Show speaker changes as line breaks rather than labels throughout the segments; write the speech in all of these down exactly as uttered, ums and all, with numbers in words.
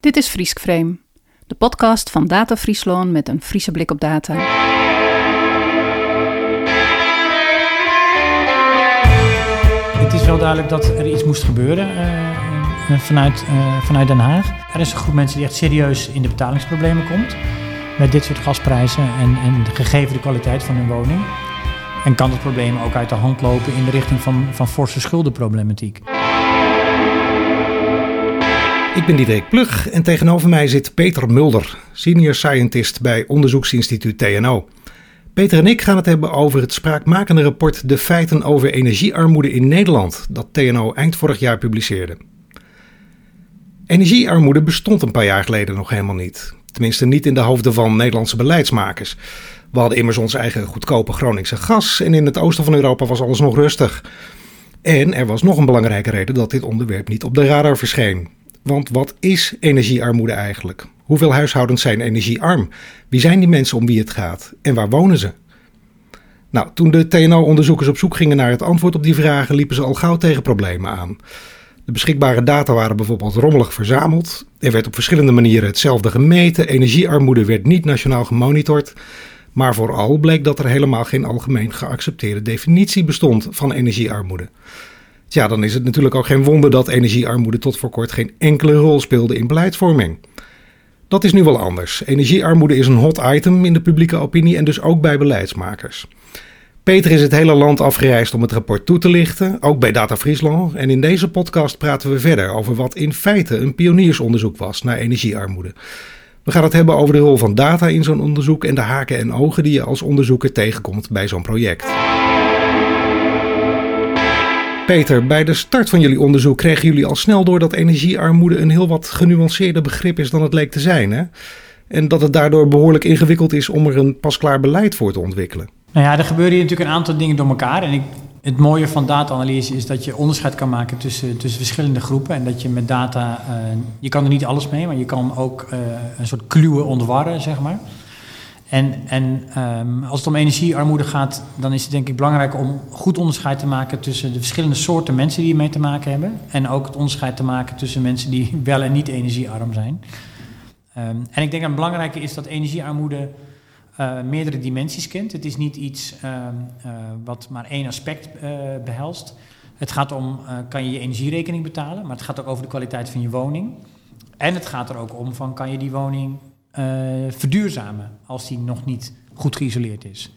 Dit is Frieskframe, de podcast van Data Friesland met een Friese blik op data.
Het is wel duidelijk dat er iets moest gebeuren uh, vanuit, uh, vanuit Den Haag. Er is een groep mensen die echt serieus in de betalingsproblemen komt met dit soort gasprijzen en, en gegeven de kwaliteit van hun woning. En kan het probleem ook uit de hand lopen in de richting van, van forse schuldenproblematiek.
Ik ben Diederik Plug en tegenover mij zit Peter Mulder, senior scientist bij onderzoeksinstituut T N O. Peter en ik gaan het hebben over het spraakmakende rapport De Feiten over Energiearmoede in Nederland, dat T N O eind vorig jaar publiceerde. Energiearmoede bestond een paar jaar geleden nog helemaal niet. Tenminste niet in de hoofden van Nederlandse beleidsmakers. We hadden immers ons eigen goedkope Groningse gas en in het oosten van Europa was alles nog rustig. En er was nog een belangrijke reden dat dit onderwerp niet op de radar verscheen. Want wat is energiearmoede eigenlijk? Hoeveel huishoudens zijn energiearm? Wie zijn die mensen om wie het gaat? En waar wonen ze? Nou, toen de T N O-onderzoekers op zoek gingen naar het antwoord op die vragen, liepen ze al gauw tegen problemen aan. De beschikbare data waren bijvoorbeeld rommelig verzameld. Er werd op verschillende manieren hetzelfde gemeten. Energiearmoede werd niet nationaal gemonitord. Maar vooral bleek dat er helemaal geen algemeen geaccepteerde definitie bestond van energiearmoede. Tja, dan is het natuurlijk ook geen wonder dat energiearmoede tot voor kort geen enkele rol speelde in beleidsvorming. Dat is nu wel anders. Energiearmoede is een hot item in de publieke opinie en dus ook bij beleidsmakers. Peter is het hele land afgereisd om het rapport toe te lichten, ook bij Data Friesland. En in deze podcast praten we verder over wat in feite een pioniersonderzoek was naar energiearmoede. We gaan het hebben over de rol van data in zo'n onderzoek en de haken en ogen die je als onderzoeker tegenkomt bij zo'n project. Peter, bij de start van jullie onderzoek kregen jullie al snel door dat energiearmoede een heel wat genuanceerder begrip is dan het leek te zijn, hè? En dat het daardoor behoorlijk ingewikkeld is om er een pasklaar beleid voor te ontwikkelen.
Nou ja, er gebeuren hier natuurlijk een aantal dingen door elkaar. En ik, het mooie van data-analyse is dat je onderscheid kan maken tussen, tussen verschillende groepen. En dat je met data, uh, je kan er niet alles mee, maar je kan ook uh, een soort kluwen ontwarren, zeg maar. En, en um, als het om energiearmoede gaat, dan is het denk ik belangrijk om goed onderscheid te maken tussen de verschillende soorten mensen die ermee te maken hebben. En ook het onderscheid te maken tussen mensen die wel en niet energiearm zijn. Um, en ik denk dat het belangrijke is dat energiearmoede uh, meerdere dimensies kent. Het is niet iets uh, uh, wat maar één aspect uh, behelst. Het gaat om, uh, kan je je energierekening betalen, maar het gaat ook over de kwaliteit van je woning. En het gaat er ook om, van, kan je die woning uh, verduurzamen als die nog niet goed geïsoleerd is.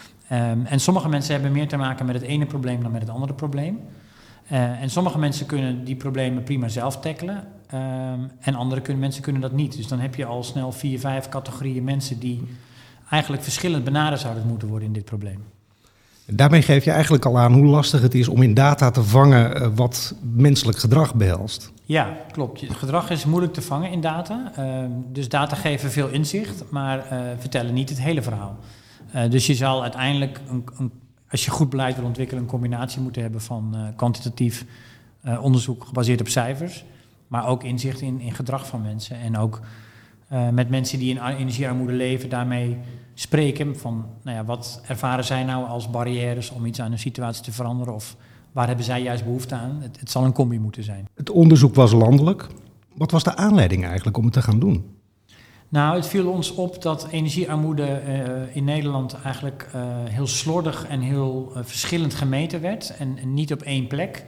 Um, en sommige mensen hebben meer te maken met het ene probleem dan met het andere probleem. Uh, en sommige mensen kunnen die problemen prima zelf tackelen. Um, en andere kunnen, mensen kunnen dat niet. Dus dan heb je al snel vier, vijf categorieën mensen die eigenlijk verschillend benaderd zouden moeten worden in dit probleem.
Daarmee geef je eigenlijk al aan hoe lastig het is om in data te vangen wat menselijk gedrag behelst.
Ja, klopt. Gedrag is moeilijk te vangen in data. Uh, dus data geven veel inzicht, maar uh, vertellen niet het hele verhaal. Uh, dus je zal uiteindelijk, een, een, als je goed beleid wil ontwikkelen, een combinatie moeten hebben van uh, kwantitatief uh, onderzoek gebaseerd op cijfers, maar ook inzicht in, in gedrag van mensen. En ook uh, met mensen die in energiearmoede leven daarmee spreken van, nou ja, wat ervaren zij nou als barrières om iets aan hun situatie te veranderen of waar hebben zij juist behoefte aan? Het, het zal een combi moeten zijn.
Het onderzoek was landelijk. Wat was de aanleiding eigenlijk om het te gaan doen?
Nou, het viel ons op dat energiearmoede uh, in Nederland eigenlijk uh, heel slordig en heel uh, verschillend gemeten werd. En, en niet op één plek.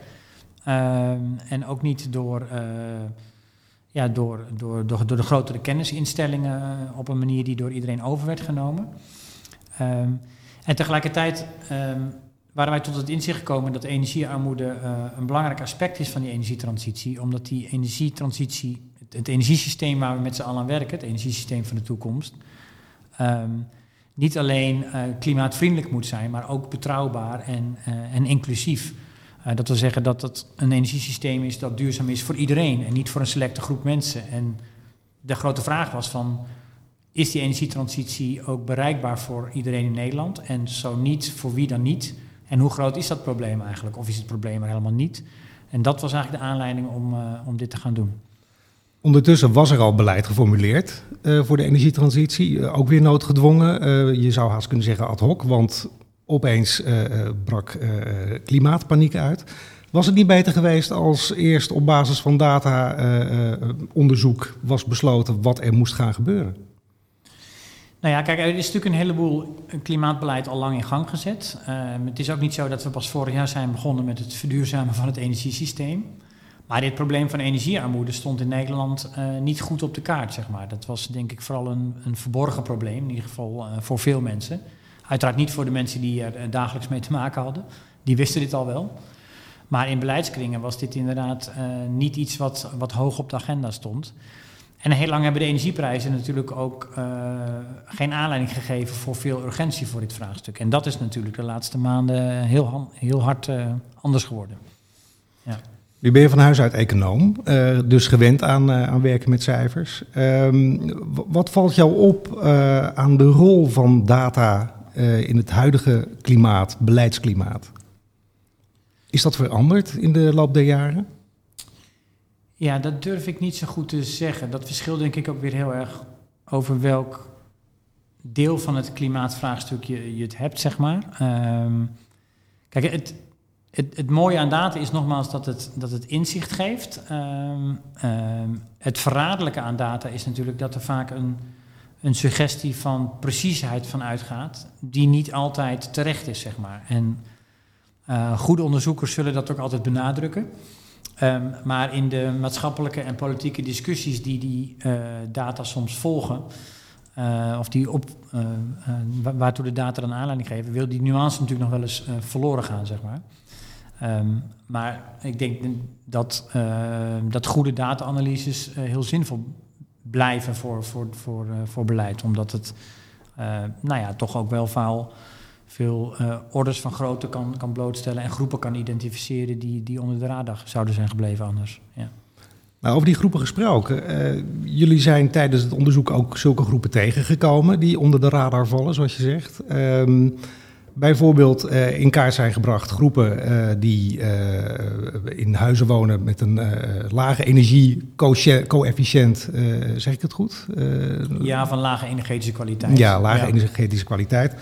Uh, en ook niet door, uh, ja, door, door, door, door de grotere kennisinstellingen uh, op een manier die door iedereen over werd genomen. Um, en tegelijkertijd um, waren wij tot het inzicht gekomen dat energiearmoede uh, een belangrijk aspect is van die energietransitie. Omdat die energietransitie, het, het energiesysteem waar we met z'n allen aan werken, het energiesysteem van de toekomst, um, niet alleen uh, klimaatvriendelijk moet zijn, maar ook betrouwbaar en, uh, en inclusief. Uh, dat wil zeggen dat het een energiesysteem is dat duurzaam is voor iedereen en niet voor een selecte groep mensen. En de grote vraag was van, is die energietransitie ook bereikbaar voor iedereen in Nederland? En zo niet, voor wie dan niet? En hoe groot is dat probleem eigenlijk? Of is het probleem er helemaal niet? En dat was eigenlijk de aanleiding om, uh, om dit te gaan doen.
Ondertussen was er al beleid geformuleerd uh, voor de energietransitie. Uh, ook weer noodgedwongen. Uh, je zou haast kunnen zeggen ad hoc, want opeens uh, uh, brak uh, klimaatpaniek uit. Was het niet beter geweest als eerst op basis van data-onderzoek uh, uh, was besloten wat er moest gaan gebeuren?
Nou ja, kijk, er is natuurlijk een heleboel klimaatbeleid al lang in gang gezet. Uh, het is ook niet zo dat we pas vorig jaar zijn begonnen met het verduurzamen van het energiesysteem. Maar dit probleem van energiearmoede stond in Nederland uh, niet goed op de kaart, zeg maar. Dat was denk ik vooral een, een verborgen probleem, in ieder geval uh, voor veel mensen. Uiteraard niet voor de mensen die er uh, dagelijks mee te maken hadden. Die wisten dit al wel. Maar in beleidskringen was dit inderdaad uh, niet iets wat, wat hoog op de agenda stond. En heel lang hebben de energieprijzen natuurlijk ook uh, geen aanleiding gegeven voor veel urgentie voor dit vraagstuk. En dat is natuurlijk de laatste maanden heel, heel hard uh, anders geworden. Ja.
Nu ben je van huis uit econoom, uh, dus gewend aan, uh, aan werken met cijfers. Um, wat valt jou op uh, aan de rol van data uh, in het huidige klimaat, beleidsklimaat? Is dat veranderd in de loop der jaren?
Ja, dat durf ik niet zo goed te zeggen. Dat verschilt denk ik ook weer heel erg over welk deel van het klimaatvraagstuk je, je het hebt, zeg maar. Um, kijk, het, het, het mooie aan data is nogmaals dat het, dat het inzicht geeft. Um, um, het verraderlijke aan data is natuurlijk dat er vaak een, een suggestie van preciesheid van uitgaat, die niet altijd terecht is, zeg maar. En uh, goede onderzoekers zullen dat ook altijd benadrukken. Um, maar in de maatschappelijke en politieke discussies die die uh, data soms volgen, uh, of die op, uh, uh, waartoe de data dan aanleiding geven, wil die nuance natuurlijk nog wel eens uh, verloren gaan, zeg maar. Um, maar ik denk dat, uh, dat goede data-analyses uh, heel zinvol blijven voor, voor, voor, uh, voor beleid, omdat het uh, nou ja, toch ook wel veel... veel uh, orders van grootte kan, kan blootstellen en groepen kan identificeren die, die onder de radar zouden zijn gebleven anders. Ja.
Nou, over die groepen gesproken. Uh, jullie zijn tijdens het onderzoek ook zulke groepen tegengekomen die onder de radar vallen, zoals je zegt. Um, bijvoorbeeld uh, in kaart zijn gebracht groepen uh, die uh, in huizen wonen met een uh, lage energie-coëfficiënt. Uh, zeg ik het goed? Uh,
ja, van lage energetische kwaliteit.
Ja, lage ja. energetische kwaliteit.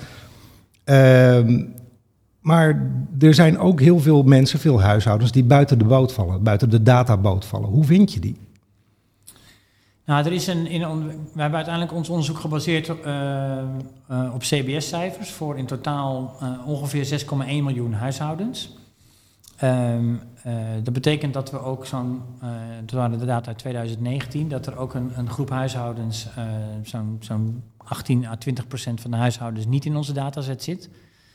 Uh, maar er zijn ook heel veel mensen, veel huishoudens, die buiten de boot vallen, buiten de databoot vallen. Hoe vind je die?
Nou, er is een, in, we hebben uiteindelijk ons onderzoek gebaseerd uh, uh, op C B S-cijfers voor in totaal uh, ongeveer zes komma één miljoen huishoudens. Um, uh, dat betekent dat we ook zo'n, uh, dat waren de data uit twintig negentien, dat er ook een, een groep huishoudens, uh, zo'n, zo'n achttien à twintig procent van de huishoudens niet in onze dataset zit.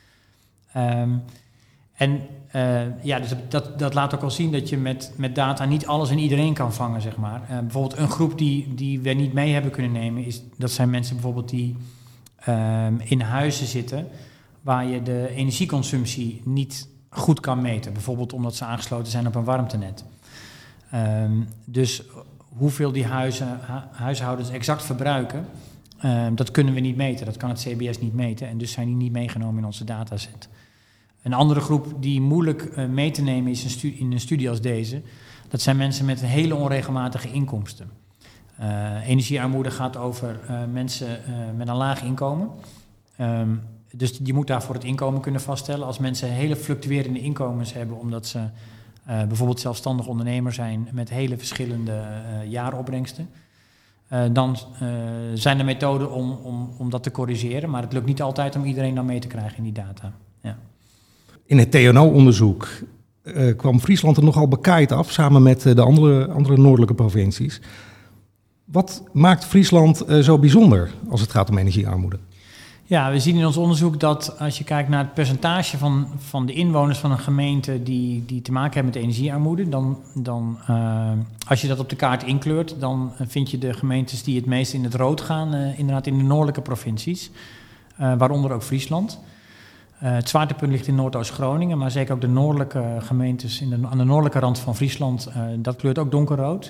Um, en uh, ja, dus dat, dat laat ook al zien dat je met, met data niet alles en iedereen kan vangen, zeg maar. Uh, bijvoorbeeld een groep die, die we niet mee hebben kunnen nemen, is, dat zijn mensen bijvoorbeeld die um, in huizen zitten waar je de energieconsumptie niet goed kan meten. Bijvoorbeeld omdat ze aangesloten zijn op een warmtenet. Um, dus hoeveel die huizen, hu- huishoudens exact verbruiken, um, dat kunnen we niet meten. Dat kan het C B S niet meten en dus zijn die niet meegenomen in onze dataset. Een andere groep die moeilijk uh, mee te nemen is een stu- in een studie als deze. Dat zijn mensen met een hele onregelmatige inkomsten. Uh, energiearmoede gaat over uh, mensen uh, met een laag inkomen. Um, dus je moet daarvoor het inkomen kunnen vaststellen. Als mensen hele fluctuerende inkomens hebben, omdat ze uh, bijvoorbeeld zelfstandig ondernemer zijn met hele verschillende uh, jaaropbrengsten, uh, dan uh, zijn er methoden om, om, om dat te corrigeren. Maar het lukt niet altijd om iedereen dan mee te krijgen in die data. Ja.
In het T N O-onderzoek uh, kwam Friesland er nogal bekaaid af, samen met uh, de andere, andere noordelijke provincies. Wat maakt Friesland uh, zo bijzonder als het gaat om energiearmoede?
Ja, we zien in ons onderzoek dat als je kijkt naar het percentage van, van de inwoners van een gemeente die, die te maken hebben met energiearmoede, dan, dan uh, als je dat op de kaart inkleurt, dan vind je de gemeentes die het meest in het rood gaan, uh, inderdaad in de noordelijke provincies, uh, waaronder ook Friesland. Uh, het zwaartepunt ligt in Noordoost-Groningen, maar zeker ook de noordelijke gemeentes in de, aan de noordelijke rand van Friesland, uh, dat kleurt ook donkerrood.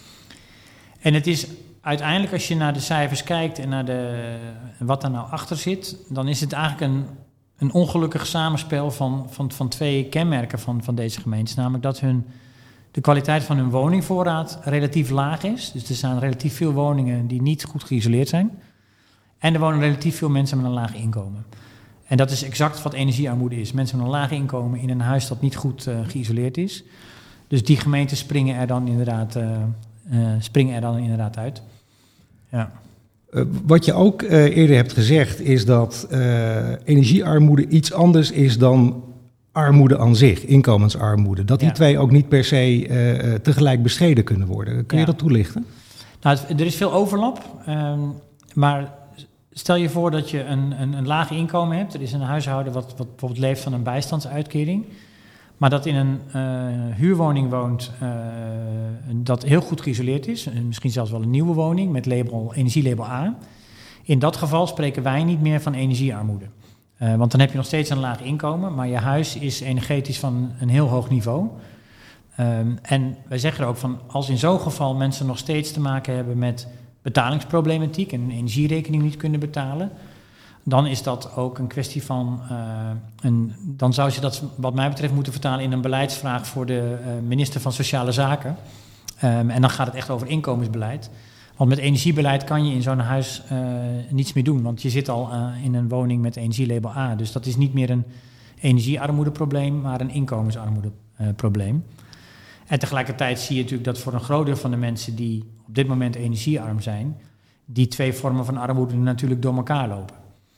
En het is uiteindelijk, als je naar de cijfers kijkt en naar de, wat daar nou achter zit, dan is het eigenlijk een, een ongelukkig samenspel van, van, van twee kenmerken van, van deze gemeentes. Namelijk dat hun, de kwaliteit van hun woningvoorraad relatief laag is. Dus er staan relatief veel woningen die niet goed geïsoleerd zijn. En er wonen relatief veel mensen met een laag inkomen. En dat is exact wat energiearmoede is. Mensen met een laag inkomen in een huis dat niet goed uh, geïsoleerd is. Dus die gemeenten springen er dan inderdaad, uh, uh, springen er dan inderdaad uit. Ja.
Uh, wat je ook uh, eerder hebt gezegd is dat uh, energiearmoede iets anders is dan armoede aan zich, inkomensarmoede. Dat die ja. twee ook niet per se uh, tegelijk bestreden kunnen worden. Kun je ja. dat toelichten?
Nou, het, er is veel overlap, um, maar stel je voor dat je een, een, een laag inkomen hebt. Er is een huishouden wat, wat bijvoorbeeld leeft van een bijstandsuitkering, maar dat in een uh, huurwoning woont uh, dat heel goed geïsoleerd is. Misschien zelfs wel een nieuwe woning met label, energielabel A. In dat geval spreken wij niet meer van energiearmoede. Uh, want dan heb je nog steeds een laag inkomen, maar je huis is energetisch van een heel hoog niveau. Um, en wij zeggen er ook van, als in zo'n geval mensen nog steeds te maken hebben met betalingsproblematiek en een energierekening niet kunnen betalen, dan is dat ook een kwestie van, uh, een, dan zou je dat wat mij betreft moeten vertalen in een beleidsvraag voor de uh, minister van Sociale Zaken. Um, en dan gaat het echt over inkomensbeleid. Want met energiebeleid kan je in zo'n huis uh, niets meer doen. Want je zit al uh, in een woning met energielabel A. Dus dat is niet meer een energiearmoedeprobleem, maar een inkomensarmoedeprobleem. Uh, en tegelijkertijd zie je natuurlijk dat voor een groot deel van de mensen die op dit moment energiearm zijn, die twee vormen van armoede natuurlijk door elkaar lopen.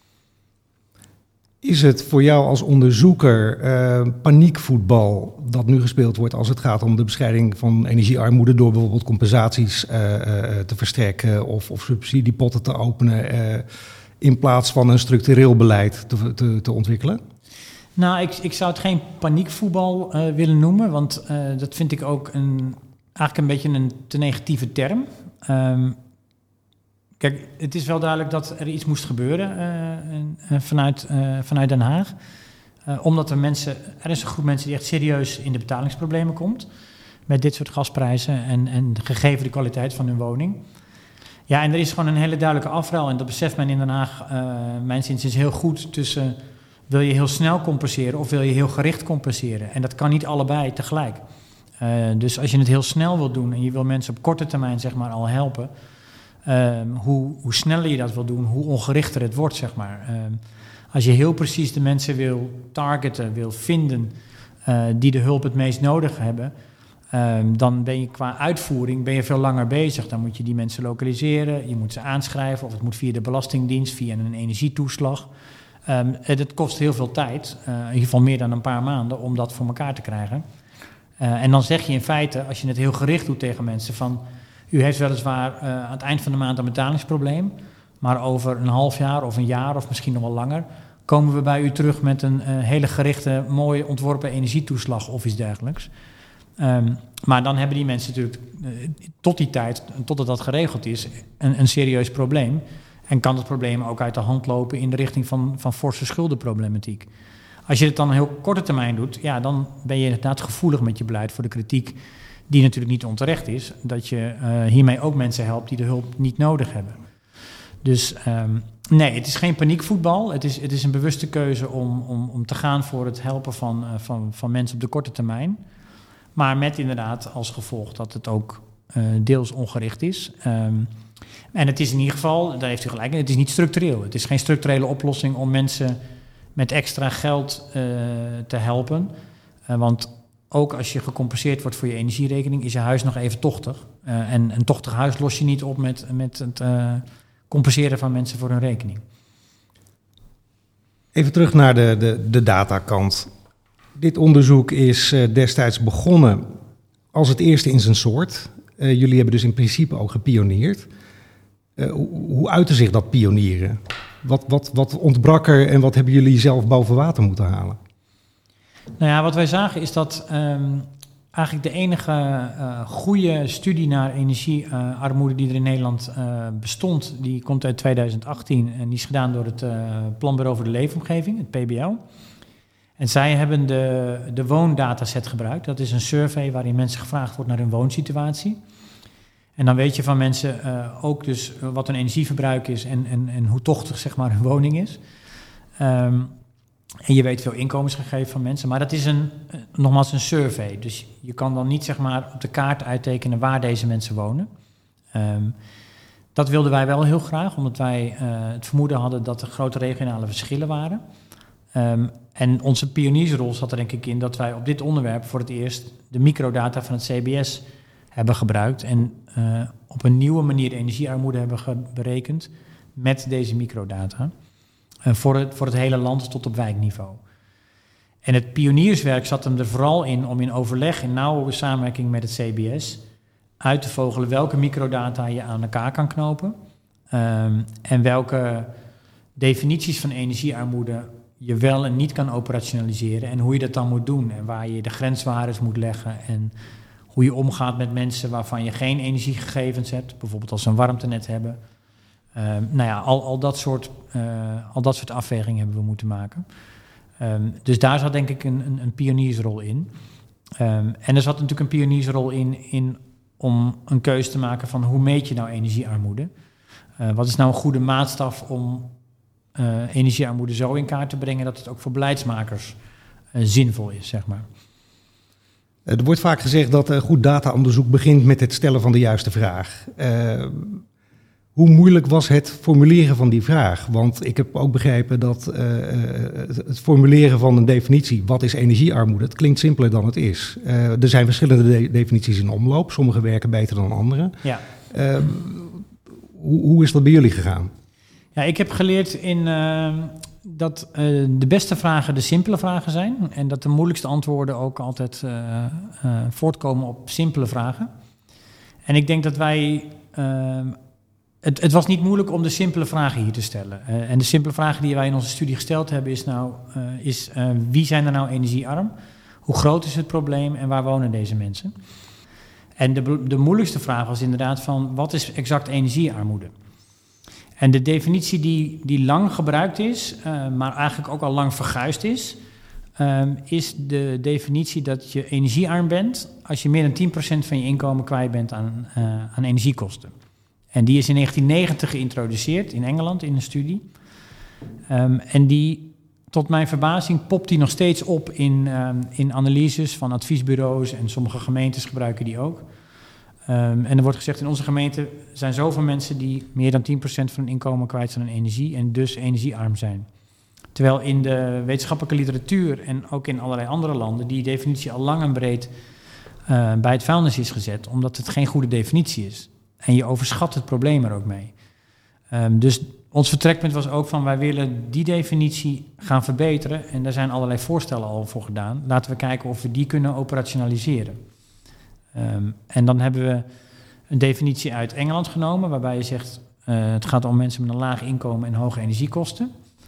Is het voor jou als onderzoeker uh, paniekvoetbal dat nu gespeeld wordt als het gaat om de bestrijding van energiearmoede door bijvoorbeeld compensaties uh, uh, te verstrekken of, of subsidiepotten te openen uh, in plaats van een structureel beleid te, te, te ontwikkelen?
Nou, ik, ik zou het geen paniekvoetbal uh, willen noemen, want uh, dat vind ik ook een, eigenlijk een beetje een te negatieve term. Um, Kijk, het is wel duidelijk dat er iets moest gebeuren uh, vanuit, uh, vanuit Den Haag. Uh, omdat er mensen, er is een groep mensen die echt serieus in de betalingsproblemen komt. Met dit soort gasprijzen en, en gegeven de kwaliteit van hun woning. Ja, en er is gewoon een hele duidelijke afruil. En dat beseft men in Den Haag, uh, mijns inziens, heel goed tussen, wil je heel snel compenseren of wil je heel gericht compenseren? En dat kan niet allebei tegelijk. Uh, dus als je het heel snel wilt doen en je wil mensen op korte termijn zeg maar al helpen, Um, hoe, hoe sneller je dat wil doen, hoe ongerichter het wordt, zeg maar. Um, als je heel precies de mensen wil targeten, wil vinden uh, die de hulp het meest nodig hebben, um, dan ben je qua uitvoering ben je veel langer bezig. Dan moet je die mensen lokaliseren, je moet ze aanschrijven, of het moet via de Belastingdienst, via een energietoeslag. Um, het kost heel veel tijd, uh, in ieder geval meer dan een paar maanden, om dat voor elkaar te krijgen. Uh, en dan zeg je in feite, als je het heel gericht doet tegen mensen van, u heeft weliswaar uh, aan het eind van de maand een betalingsprobleem, maar over een half jaar of een jaar of misschien nog wel langer komen we bij u terug met een uh, hele gerichte, mooi ontworpen energietoeslag of iets dergelijks. Um, maar dan hebben die mensen natuurlijk uh, tot die tijd, totdat dat geregeld is, een, een serieus probleem. En kan het probleem ook uit de hand lopen in de richting van, van forse schuldenproblematiek. Als je het dan een heel korte termijn doet, ja, dan ben je inderdaad gevoelig met je beleid voor de kritiek, die natuurlijk niet onterecht is, dat je uh, hiermee ook mensen helpt die de hulp niet nodig hebben. Dus um, nee, het is geen paniekvoetbal. Het is, het is een bewuste keuze om, om, om te gaan voor het helpen van, uh, van, van mensen op de korte termijn. Maar met inderdaad als gevolg dat het ook uh, deels ongericht is. Um, en het is in ieder geval, daar heeft u gelijk in, het is niet structureel. Het is geen structurele oplossing om mensen met extra geld uh, te helpen. Uh, want ook als je gecompenseerd wordt voor je energierekening, is je huis nog even tochtig. Uh, en een tochtig huis los je niet op met, met het uh, compenseren van mensen voor hun rekening.
Even terug naar de, de, de datakant. Dit onderzoek is uh, destijds begonnen als het eerste in zijn soort. Uh, jullie hebben dus in principe ook gepioneerd. Uh, hoe, hoe uitte zich dat pionieren? Wat, wat, wat ontbrak er en wat hebben jullie zelf boven water moeten halen?
Nou ja, wat wij zagen is dat um, eigenlijk de enige uh, goede studie naar energiearmoede uh, die er in Nederland uh, bestond, die komt uit tweeduizend achttien en die is gedaan door het uh, Planbureau voor de Leefomgeving, het P B L. En zij hebben de, de woondataset gebruikt. Dat is een survey waarin mensen gevraagd wordt naar hun woonsituatie. En dan weet je van mensen uh, ook dus wat hun energieverbruik is en, en, en hoe tochtig zeg maar hun woning is. Um, En je weet veel inkomensgegevens van mensen, maar dat is een, nogmaals een survey. Dus je kan dan niet zeg maar op de kaart uittekenen waar deze mensen wonen. Um, dat wilden wij wel heel graag, omdat wij uh, het vermoeden hadden dat er grote regionale verschillen waren. Um, en onze pioniersrol zat er denk ik in dat wij op dit onderwerp voor het eerst de microdata van het C B S hebben gebruikt en uh, op een nieuwe manier energiearmoede hebben ge- berekend met deze microdata. Uh, voor, het, voor het hele land tot op wijkniveau. En het pionierswerk zat hem er vooral in om in overleg, in nauwe samenwerking met het C B S, uit te vogelen welke microdata je aan elkaar kan knopen. Um, en welke definities van energiearmoede je wel en niet kan operationaliseren en hoe je dat dan moet doen en waar je de grenswaardes moet leggen en hoe je omgaat met mensen waarvan je geen energiegegevens hebt, bijvoorbeeld als ze een warmtenet hebben. Uh, nou ja, al, al, dat soort, uh, al dat soort afwegingen hebben we moeten maken. Um, dus daar zat denk ik een, een, een pioniersrol in. Um, en er zat natuurlijk een pioniersrol in, in om een keuze te maken van hoe meet je nou energiearmoede? Uh, wat is nou een goede maatstaf om uh, energiearmoede zo in kaart te brengen dat het ook voor beleidsmakers uh, zinvol is, zeg maar.
Er wordt vaak gezegd dat uh, goed dataonderzoek begint met het stellen van de juiste vraag. Uh, hoe moeilijk was het formuleren van die vraag? Want ik heb ook begrepen dat uh, het formuleren van een definitie, wat is energiearmoede, het klinkt simpeler dan het is. Uh, er zijn verschillende de- definities in omloop, sommige werken beter dan andere.
Ja.
Uh, hoe, hoe is dat bij jullie gegaan?
Ja, ik heb geleerd in, uh, dat uh, de beste vragen de simpele vragen zijn. En dat de moeilijkste antwoorden ook altijd uh, uh, voortkomen op simpele vragen. En ik denk dat wij... Uh, het, het was niet moeilijk om de simpele vragen hier te stellen. Uh, en de simpele vragen die wij in onze studie gesteld hebben is nou... Uh, is uh, wie zijn er nou energiearm? Hoe groot is het probleem en waar wonen deze mensen? En de, de moeilijkste vraag was inderdaad van... wat is exact energiearmoede? En de definitie die, die lang gebruikt is, uh, maar eigenlijk ook al lang verguisd is, um, is de definitie dat je energiearm bent als je meer dan tien procent van je inkomen kwijt bent aan, uh, aan energiekosten. En die is in negentien negentig geïntroduceerd in Engeland in een studie. Um, en die, tot mijn verbazing, popt die nog steeds op in, um, in analyses van adviesbureaus en sommige gemeentes gebruiken die ook. Um, en er wordt gezegd, in onze gemeente zijn zoveel mensen die meer dan tien procent van hun inkomen kwijt zijn aan energie en dus energiearm zijn. Terwijl in de wetenschappelijke literatuur en ook in allerlei andere landen die definitie al lang en breed uh, bij het vuilnis is gezet, omdat het geen goede definitie is. En je overschat het probleem er ook mee. Um, dus ons vertrekpunt was ook van wij willen die definitie gaan verbeteren en daar zijn allerlei voorstellen al voor gedaan. Laten we kijken of we die kunnen operationaliseren. Um, en dan hebben we een definitie uit Engeland genomen, waarbij je zegt, uh, het gaat om mensen met een laag inkomen en hoge energiekosten.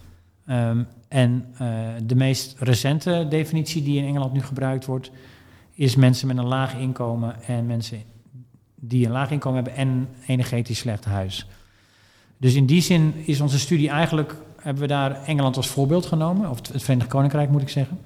Um, en uh, de meest recente definitie die in Engeland nu gebruikt wordt, is mensen met een laag inkomen en mensen die een laag inkomen hebben en een energetisch slecht huis. Dus in die zin is onze studie eigenlijk, hebben we daar Engeland als voorbeeld genomen, of het Verenigd Koninkrijk moet ik zeggen.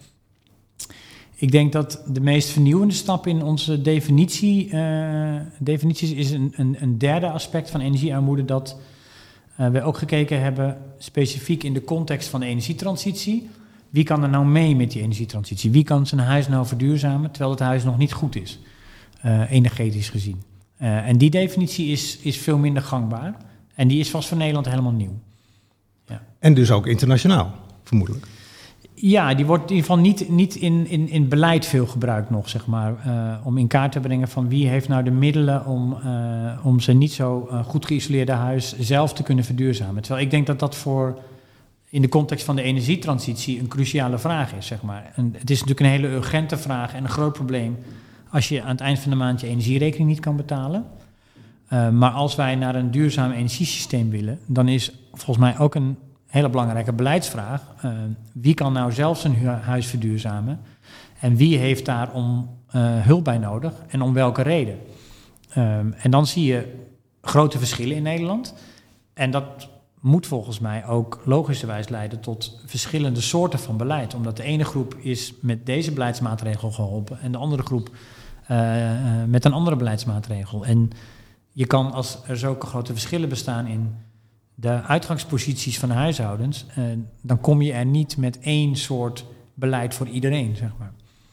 Ik denk dat de meest vernieuwende stap in onze definitie, uh, definities is een, een, een derde aspect van energiearmoede, dat uh, we ook gekeken hebben specifiek in de context van de energietransitie. Wie kan er nou mee met die energietransitie? Wie kan zijn huis nou verduurzamen terwijl het huis nog niet goed is, uh, energetisch gezien? Uh, en die definitie is, is veel minder gangbaar en die is vast voor Nederland helemaal nieuw. Ja.
En dus ook internationaal, vermoedelijk.
Ja, die wordt in ieder geval niet, niet in, in, in beleid veel gebruikt nog, zeg maar. Uh, om in kaart te brengen van wie heeft nou de middelen om, uh, om zijn niet zo uh, goed geïsoleerde huis zelf te kunnen verduurzamen. Terwijl ik denk dat dat voor in de context van de energietransitie een cruciale vraag is, zeg maar. En het is natuurlijk een hele urgente vraag en een groot probleem als je aan het eind van de maand je energierekening niet kan betalen. Uh, maar als wij naar een duurzaam energiesysteem willen, dan is volgens mij ook een hele belangrijke beleidsvraag. Uh, wie kan nou zelf zijn hu- huis verduurzamen? En wie heeft daar om uh, hulp bij nodig? En om welke reden? Um, en dan zie je grote verschillen in Nederland. En dat moet volgens mij ook logischerwijs leiden tot verschillende soorten van beleid. Omdat de ene groep is met deze beleidsmaatregel geholpen en de andere groep uh, uh, met een andere beleidsmaatregel. En je kan, als er zulke grote verschillen bestaan in de uitgangsposities van huishoudens, uh, dan kom je er niet met één soort beleid voor iedereen, zeg maar.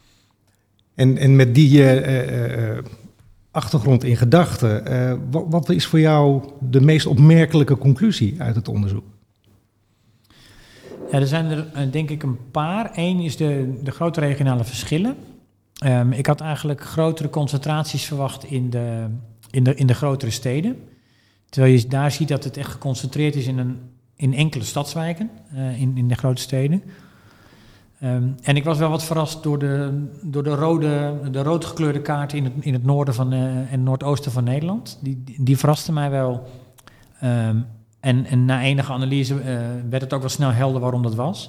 En, en met die uh, uh, achtergrond in gedachten, uh, wat, wat is voor jou de meest opmerkelijke conclusie uit het onderzoek?
Uh, Ja, er zijn er uh, denk ik een paar. Eén is de, de grote regionale verschillen. Um, ik had eigenlijk grotere concentraties verwacht in de, in de, in de grotere steden. Terwijl je daar ziet dat het echt geconcentreerd is in, een, in enkele stadswijken, uh, in, in de grote steden. Um, en ik was wel wat verrast door de, door de, rode, de roodgekleurde kaart in het, in het noorden van, uh, en noordoosten van Nederland. Die, die, die verraste mij wel. Um, en, en na enige analyse uh, werd het ook wel snel helder waarom dat was.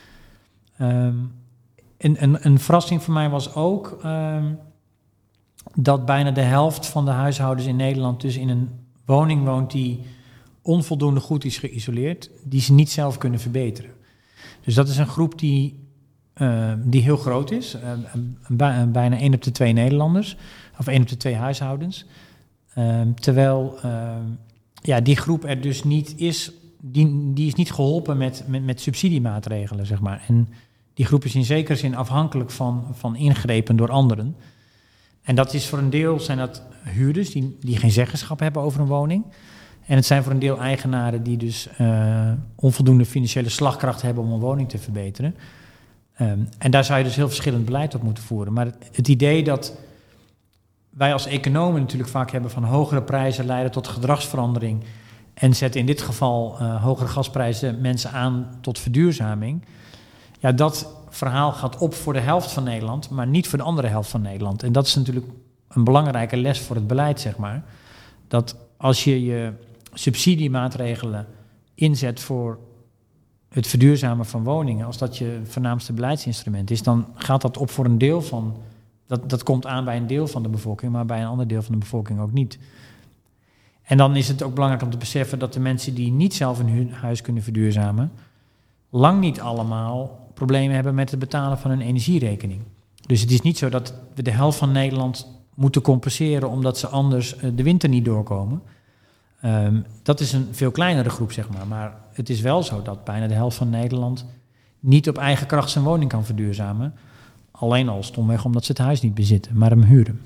Um, en, en, een verrassing voor mij was ook um, dat bijna de helft van de huishoudens in Nederland dus in een woning woont die onvoldoende goed is geïsoleerd, die ze niet zelf kunnen verbeteren. Dus dat is een groep die, uh, die heel groot is. Uh, bijna één op de twee Nederlanders. Of één op de twee huishoudens. Uh, terwijl uh, ja, die groep er dus niet is. Die, die is niet geholpen met, met, met subsidiemaatregelen, zeg maar. En die groep is in zekere zin afhankelijk van, van ingrepen door anderen. En dat is voor een deel zijn dat huurders die, die geen zeggenschap hebben over een woning. En het zijn voor een deel eigenaren die dus uh, onvoldoende financiële slagkracht hebben om een woning te verbeteren. Um, en daar zou je dus heel verschillend beleid op moeten voeren. Maar het, het idee dat wij als economen natuurlijk vaak hebben van hogere prijzen leiden tot gedragsverandering en zetten in dit geval uh, hogere gasprijzen mensen aan tot verduurzaming. Ja, dat verhaal gaat op voor de helft van Nederland, maar niet voor de andere helft van Nederland. En dat is natuurlijk een belangrijke les voor het beleid, zeg maar. Dat als je je subsidiemaatregelen inzet voor het verduurzamen van woningen, als dat je voornaamste beleidsinstrument is, dan gaat dat op voor een deel van, dat, dat komt aan bij een deel van de bevolking, maar bij een ander deel van de bevolking ook niet. En dan is het ook belangrijk om te beseffen dat de mensen die niet zelf een huis kunnen verduurzamen, lang niet allemaal problemen hebben met het betalen van een energierekening. Dus het is niet zo dat we de helft van Nederland moeten compenseren omdat ze anders de winter niet doorkomen. Um, dat is een veel kleinere groep, zeg maar. Maar het is wel zo dat bijna de helft van Nederland niet op eigen kracht zijn woning kan verduurzamen. Alleen al stomweg omdat ze het huis niet bezitten, maar hem huren.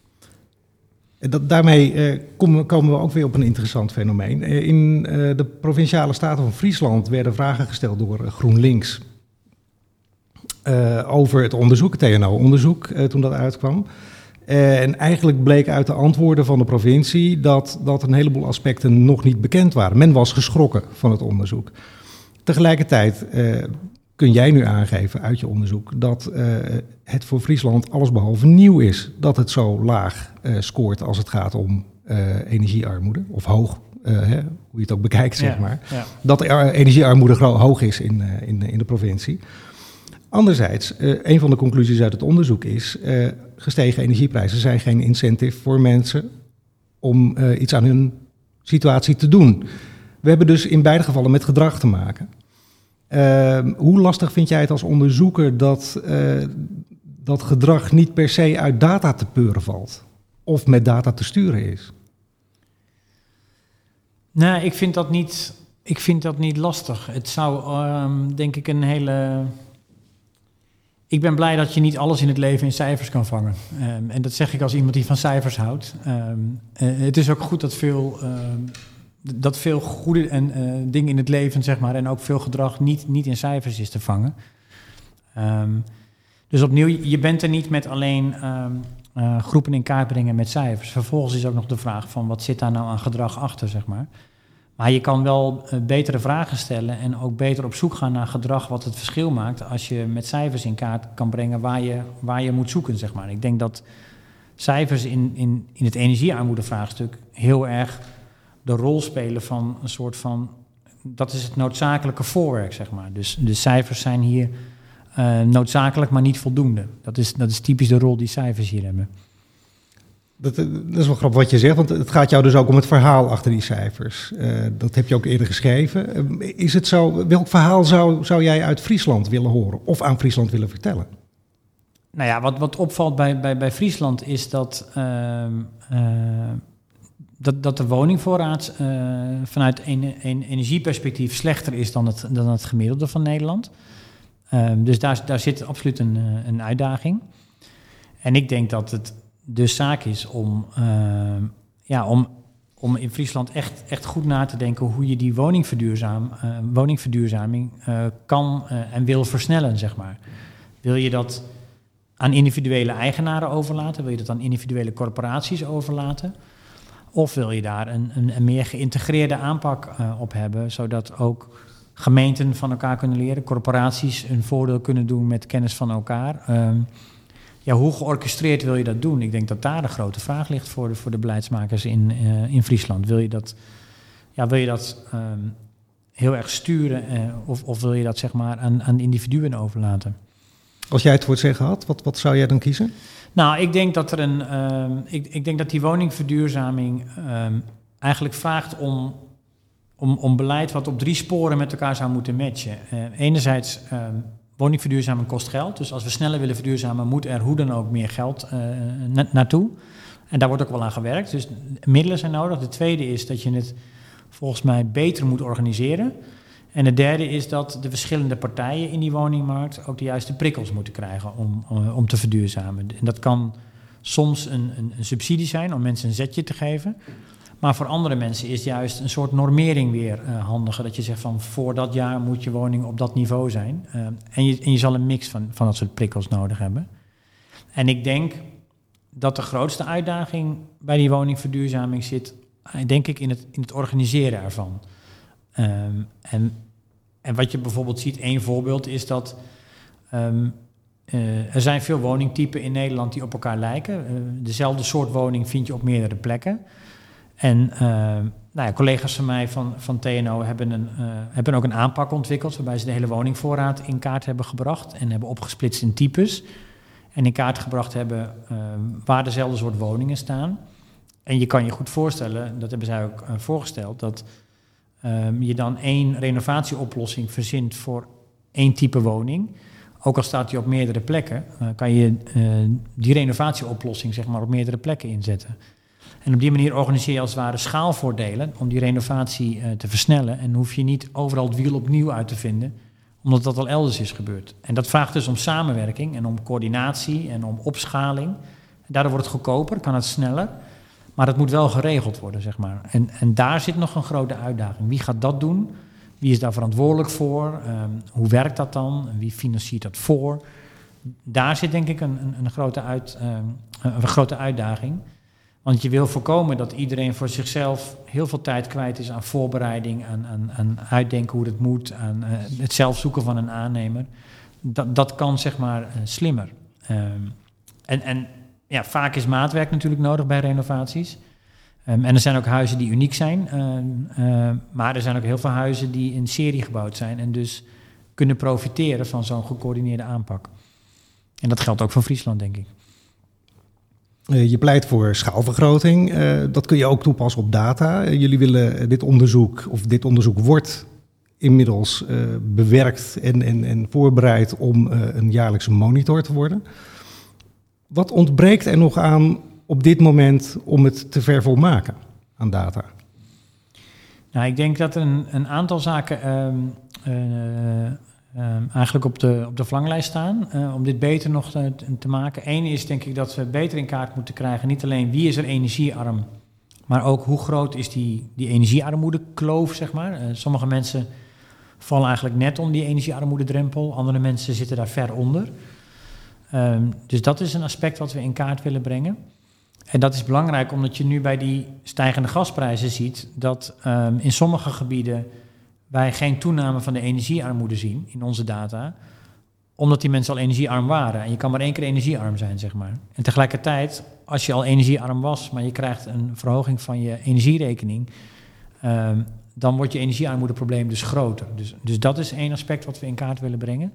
Dat, daarmee uh, komen, komen we ook weer op een interessant fenomeen. Uh, in uh, de Provinciale Staten van Friesland werden vragen gesteld door uh, GroenLinks uh, over het onderzoek, het T N O-onderzoek, uh, toen dat uitkwam. Uh, en eigenlijk bleek uit de antwoorden van de provincie dat, dat een heleboel aspecten nog niet bekend waren. Men was geschrokken van het onderzoek. Tegelijkertijd uh, kun jij nu aangeven uit je onderzoek dat uh, het voor Friesland allesbehalve nieuw is dat het zo laag uh, scoort als het gaat om uh, energiearmoede. Of hoog, uh, hè, hoe je het ook bekijkt, zeg
ja,
maar.
Ja.
Dat de energiearmoede gro- hoog is in, uh, in, in de provincie. Anderzijds, uh, een van de conclusies uit het onderzoek is, Uh, gestegen energieprijzen zijn geen incentive voor mensen om uh, iets aan hun situatie te doen. We hebben dus in beide gevallen met gedrag te maken. Uh, hoe lastig vind jij het als onderzoeker dat uh, dat gedrag niet per se uit data te peuren valt? Of met data te sturen is?
Nou, ik vind dat niet, ik vind dat niet lastig. Het zou, um, denk ik, een hele... Ik ben blij dat je niet alles in het leven in cijfers kan vangen. Um, en dat zeg ik als iemand die van cijfers houdt. Um, uh, het is ook goed dat veel, uh, dat veel goede en, uh, dingen in het leven, zeg maar, en ook veel gedrag niet, niet in cijfers is te vangen. Um, dus opnieuw, je bent er niet met alleen um, uh, groepen in kaart brengen met cijfers. Vervolgens is ook nog de vraag van wat zit daar nou aan gedrag achter, zeg maar. Maar je kan wel uh, betere vragen stellen en ook beter op zoek gaan naar gedrag wat het verschil maakt als je met cijfers in kaart kan brengen waar je, waar je moet zoeken, zeg maar. Ik denk dat cijfers in, in, in het energiearmoedevraagstuk heel erg de rol spelen van een soort van, dat is het noodzakelijke voorwerk, zeg maar. Dus de cijfers zijn hier uh, noodzakelijk, maar niet voldoende. Dat is, dat is typisch de rol die cijfers hier hebben.
Dat, dat is wel grappig wat je zegt, want het gaat jou dus ook om het verhaal achter die cijfers. Uh, dat heb je ook eerder geschreven. Uh, is het zo, welk verhaal zou, zou jij uit Friesland willen horen of aan Friesland willen vertellen?
Nou ja, wat, wat opvalt bij, bij, bij Friesland is dat, uh, uh, dat, dat de woningvoorraad uh, vanuit een, een energieperspectief slechter is dan het, dan het gemiddelde van Nederland. Uh, dus daar, daar zit absoluut een, een uitdaging. En ik denk dat het de zaak is om, uh, ja, om om in Friesland echt, echt goed na te denken hoe je die woningverduurzaam, uh, woningverduurzaming uh, kan uh, en wil versnellen, zeg maar. Wil je dat aan individuele eigenaren overlaten? Wil je dat aan individuele corporaties overlaten? Of wil je daar een, een, een meer geïntegreerde aanpak uh, op hebben, zodat ook gemeenten van elkaar kunnen leren, corporaties een voordeel kunnen doen met kennis van elkaar? Um, ja, hoe georchestreerd wil je dat doen? Ik denk dat daar de grote vraag ligt voor de, voor de beleidsmakers in, uh, in Friesland. Wil je dat, ja, wil je dat um, heel erg sturen uh, of, of wil je dat zeg maar aan, aan individuen overlaten?
Als jij het voor het zeggen had, wat, wat zou jij dan kiezen?
Nou, ik denk dat er een, um, ik, ik denk dat die woningverduurzaming um, eigenlijk vraagt om, om, om beleid wat op drie sporen met elkaar zou moeten matchen. Uh, enerzijds, um, woningverduurzaming kost geld. Dus als we sneller willen verduurzamen, moet er hoe dan ook meer geld uh, na- naartoe. En daar wordt ook wel aan gewerkt. Dus middelen zijn nodig. De tweede is dat je het volgens mij beter moet organiseren. En de derde is dat de verschillende partijen in die woningmarkt ook de juiste prikkels moeten krijgen om, uh, om te verduurzamen. En dat kan soms een, een, een subsidie zijn om mensen een zetje te geven. Maar voor andere mensen is juist een soort normering weer uh, handiger. Dat je zegt van voor dat jaar moet je woning op dat niveau zijn. Uh, en, je, en je zal een mix van, van dat soort prikkels nodig hebben. En ik denk dat de grootste uitdaging bij die woningverduurzaming zit, denk ik, in het, in het organiseren ervan. Um, en, en wat je bijvoorbeeld ziet, één voorbeeld is dat um, uh, er zijn veel woningtypen in Nederland die op elkaar lijken. Uh, dezelfde soort woning vind je op meerdere plekken. En uh, nou ja, collega's van mij van, van T N O hebben, een, uh, hebben ook een aanpak ontwikkeld waarbij ze de hele woningvoorraad in kaart hebben gebracht en hebben opgesplitst in types. En in kaart gebracht hebben uh, waar dezelfde soort woningen staan. En je kan je goed voorstellen, dat hebben zij ook uh, voorgesteld, dat um, je dan één renovatieoplossing verzint voor één type woning. Ook al staat die op meerdere plekken, uh, kan je uh, die renovatieoplossing zeg maar op meerdere plekken inzetten. En op die manier organiseer je als het ware schaalvoordelen om die renovatie uh, te versnellen. En hoef je niet overal het wiel opnieuw uit te vinden, omdat dat al elders is gebeurd. En dat vraagt dus om samenwerking en om coördinatie en om opschaling. En daardoor wordt het goedkoper, kan het sneller. Maar het moet wel geregeld worden, zeg maar. En, en daar zit nog een grote uitdaging. Wie gaat dat doen? Wie is daar verantwoordelijk voor? Um, hoe werkt dat dan? Wie financiert dat voor? Daar zit denk ik een, een, een, grote, uit, um, een grote uitdaging. Want je wil voorkomen dat iedereen voor zichzelf heel veel tijd kwijt is aan voorbereiding, aan, aan, aan uitdenken hoe het moet, aan uh, het zelf zoeken van een aannemer. Dat, dat kan zeg maar uh, slimmer. Um, en, en ja, vaak is maatwerk natuurlijk nodig bij renovaties. Um, en er zijn ook huizen die uniek zijn. Uh, uh, maar er zijn ook heel veel huizen die in serie gebouwd zijn en dus kunnen profiteren van zo'n gecoördineerde aanpak. En dat geldt ook voor Friesland, denk ik.
Uh, je pleit voor schaalvergroting. Uh, dat kun je ook toepassen op data. Uh, jullie willen dit onderzoek, of dit onderzoek wordt inmiddels uh, bewerkt en, en, en voorbereid om uh, een jaarlijkse monitor te worden. Wat ontbreekt er nog aan op dit moment om het te vervolmaken aan data?
Nou, ik denk dat er een, een aantal zaken um, uh, Um, eigenlijk op de, op de verlanglijst staan uh, om dit beter nog te, te maken. Eén is denk ik dat we beter in kaart moeten krijgen, niet alleen wie is er energiearm, maar ook hoe groot is die, die energiearmoedekloof, zeg maar. Uh, sommige mensen vallen eigenlijk net om die energiearmoededrempel, andere mensen zitten daar ver onder. Um, dus dat is een aspect wat we in kaart willen brengen. En dat is belangrijk omdat je nu bij die stijgende gasprijzen ziet dat um, in sommige gebieden wij geen toename van de energiearmoede zien in onze data, omdat die mensen al energiearm waren. En je kan maar één keer energiearm zijn, zeg maar. En tegelijkertijd, als je al energiearm was, maar je krijgt een verhoging van je energierekening, um, dan wordt je energiearmoedeprobleem dus groter. Dus, dus dat is één aspect wat we in kaart willen brengen.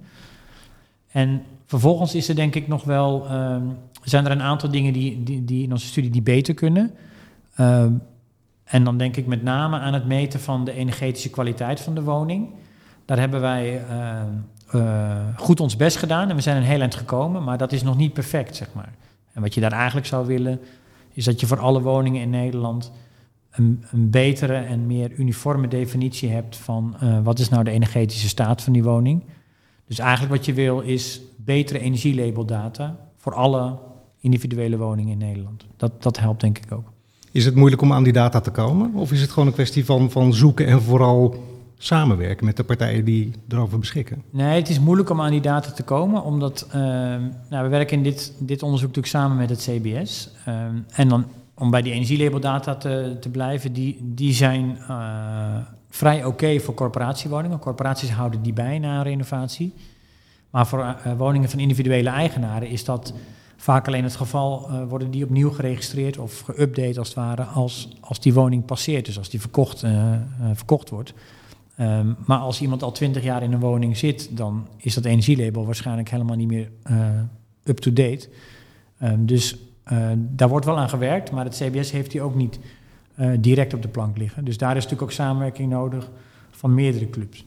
En vervolgens is er denk ik nog wel, um, zijn er een aantal dingen die, die, die in onze studie die beter kunnen. Um, En dan denk ik met name aan het meten van de energetische kwaliteit van de woning. Daar hebben wij uh, uh, goed ons best gedaan en we zijn een heel eind gekomen, maar dat is nog niet perfect, zeg maar. En wat je daar eigenlijk zou willen, is dat je voor alle woningen in Nederland een, een betere en meer uniforme definitie hebt van uh, wat is nou de energetische staat van die woning. Dus eigenlijk wat je wil is betere energielabeldata voor alle individuele woningen in Nederland. Dat, dat helpt denk ik ook.
Is het moeilijk om aan die data te komen? Of is het gewoon een kwestie van, van zoeken en vooral samenwerken met de partijen die erover beschikken?
Nee, het is moeilijk om aan die data te komen, omdat uh, nou, we werken in dit, dit onderzoek natuurlijk samen met het C B S. Uh, en dan om bij die energielabel-data te, te blijven, die, die zijn uh, vrij oké okay voor corporatiewoningen. Corporaties houden die bij na een renovatie. Maar voor uh, woningen van individuele eigenaren is dat vaak alleen het geval, uh, worden die opnieuw geregistreerd of geüpdate als het ware, als, als die woning passeert, dus als die verkocht, uh, uh, verkocht wordt. Um, maar als iemand al twintig jaar in een woning zit, dan is dat energielabel waarschijnlijk helemaal niet meer uh, up-to-date. Um, dus uh, daar wordt wel aan gewerkt, maar het C B S heeft die ook niet uh, direct op de plank liggen. Dus daar is natuurlijk ook samenwerking nodig van meerdere clubs.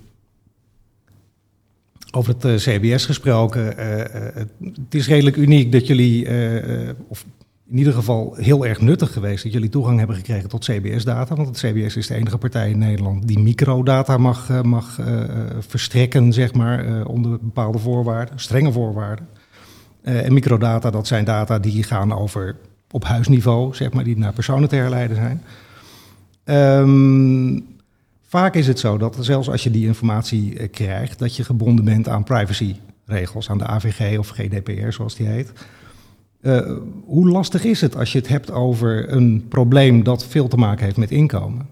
Over het uh, C B S gesproken, uh, uh, het is redelijk uniek dat jullie, uh, uh, of in ieder geval heel erg nuttig geweest, dat jullie toegang hebben gekregen tot C B S-data. Want het C B S is de enige partij in Nederland die microdata mag, uh, mag uh, verstrekken, zeg maar, uh, onder bepaalde voorwaarden, strenge voorwaarden. Uh, en microdata, dat zijn data die gaan over op huisniveau, zeg maar, die naar personen te herleiden zijn. Um, Vaak is het zo dat zelfs als je die informatie uh, krijgt, dat je gebonden bent aan privacyregels, aan de A V G of G D P R zoals die heet. Uh, hoe lastig is het als je het hebt over een probleem dat veel te maken heeft met inkomen?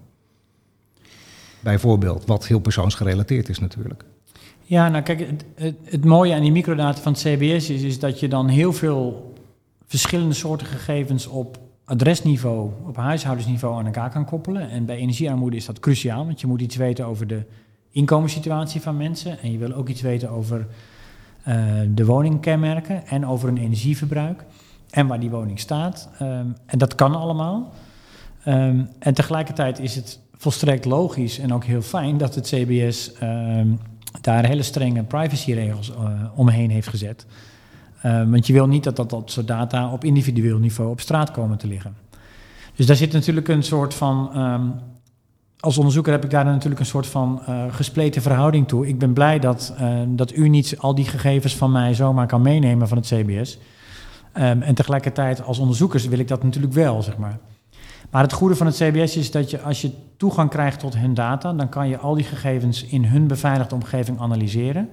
Bijvoorbeeld, wat heel persoonsgerelateerd is natuurlijk.
Ja, nou kijk, het, het, het mooie aan die microdata van het C B S is, is dat je dan heel veel verschillende soorten gegevens op adresniveau, op huishoudensniveau aan elkaar kan koppelen. En bij energiearmoede is dat cruciaal, want je moet iets weten over de inkomenssituatie van mensen. En je wil ook iets weten over uh, de woningkenmerken en over hun energieverbruik. En waar die woning staat. Um, en dat kan allemaal. Um, en tegelijkertijd is het volstrekt logisch en ook heel fijn dat het C B S um, daar hele strenge privacyregels uh, omheen heeft gezet. Uh, want je wil niet dat, dat dat soort data op individueel niveau op straat komen te liggen. Dus daar zit natuurlijk een soort van... Um, als onderzoeker heb ik daar natuurlijk een soort van uh, gespleten verhouding toe. Ik ben blij dat, uh, dat u niet al die gegevens van mij zomaar kan meenemen van het C B S. Um, en tegelijkertijd als onderzoekers wil ik dat natuurlijk wel, zeg maar. Maar het goede van het C B S is dat je, als je toegang krijgt tot hun data, dan kan je al die gegevens in hun beveiligde omgeving analyseren.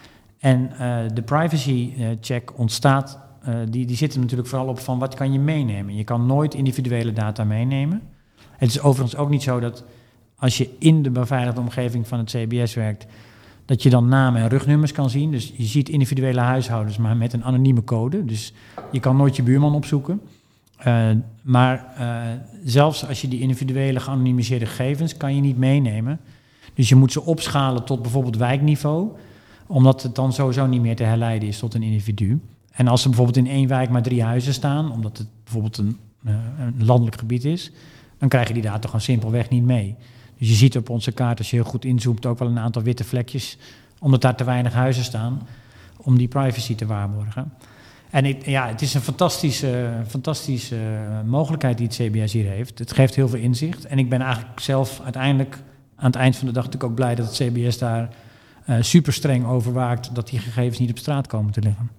En uh, de privacy uh, check ontstaat, uh, die, die zit er natuurlijk vooral op van wat kan je meenemen. Je kan nooit individuele data meenemen. Het is overigens ook niet zo dat als je in de beveiligde omgeving van het C B S werkt, dat je dan namen en rugnummers kan zien. Dus je ziet individuele huishoudens, maar met een anonieme code. Dus je kan nooit je buurman opzoeken. Uh, maar uh, zelfs als je die individuele geanonimiseerde gegevens kan je niet meenemen. Dus je moet ze opschalen tot bijvoorbeeld wijkniveau, omdat het dan sowieso niet meer te herleiden is tot een individu. En als er bijvoorbeeld in één wijk maar drie huizen staan, omdat het bijvoorbeeld een, uh, een landelijk gebied is, dan krijg je die data gewoon simpelweg niet mee. Dus je ziet op onze kaart, als je heel goed inzoomt, ook wel een aantal witte vlekjes, omdat daar te weinig huizen staan, om die privacy te waarborgen. En het, ja, het is een fantastische, fantastische mogelijkheid die het C B S hier heeft. Het geeft heel veel inzicht. En ik ben eigenlijk zelf uiteindelijk aan het eind van de dag natuurlijk ook blij dat het C B S daar uh, super streng over waakt, dat die gegevens niet op straat komen te liggen.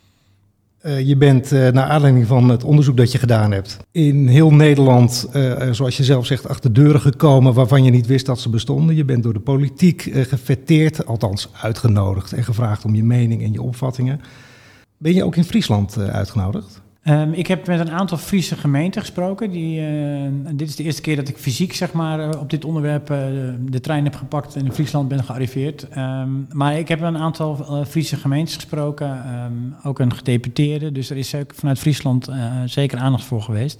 Uh, je bent, uh, naar aanleiding van het onderzoek dat je gedaan hebt, in heel Nederland, uh, zoals je zelf zegt, achter deuren gekomen waarvan je niet wist dat ze bestonden. Je bent door de politiek uh, gefeteerd, althans uitgenodigd en gevraagd om je mening en je opvattingen. Ben je ook in Friesland uh, uitgenodigd?
Um, ik heb met een aantal Friese gemeenten gesproken. Die, uh, dit is de eerste keer dat ik fysiek zeg maar, uh, op dit onderwerp uh, de trein heb gepakt en in Friesland ben gearriveerd. Um, maar ik heb een aantal uh, Friese gemeentes gesproken, um, ook een gedeputeerde. Dus er is ook vanuit Friesland uh, zeker aandacht voor geweest.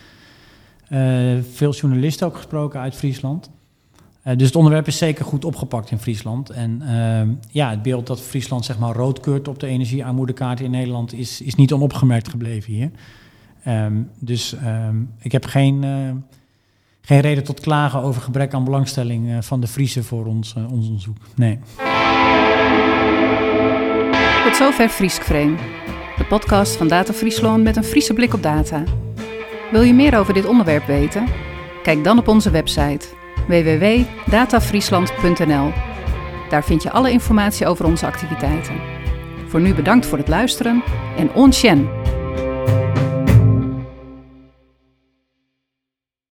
Uh, veel journalisten ook gesproken uit Friesland. Uh, dus het onderwerp is zeker goed opgepakt in Friesland. En uh, ja, het beeld dat Friesland zeg maar rood keurt op de energiearmoedekaart in Nederland is, is niet onopgemerkt gebleven hier. Um, dus um, ik heb geen, uh, geen reden tot klagen over gebrek aan belangstelling uh, van de Friese voor ons, uh, ons onderzoek. Nee.
Tot zover Friesk-Frame, de podcast van Data Friesland met een Friese blik op data. Wil je meer over dit onderwerp weten? Kijk dan op onze website w w w punt datafriesland punt n l. Daar vind je alle informatie over onze activiteiten. Voor nu bedankt voor het luisteren en on Shen!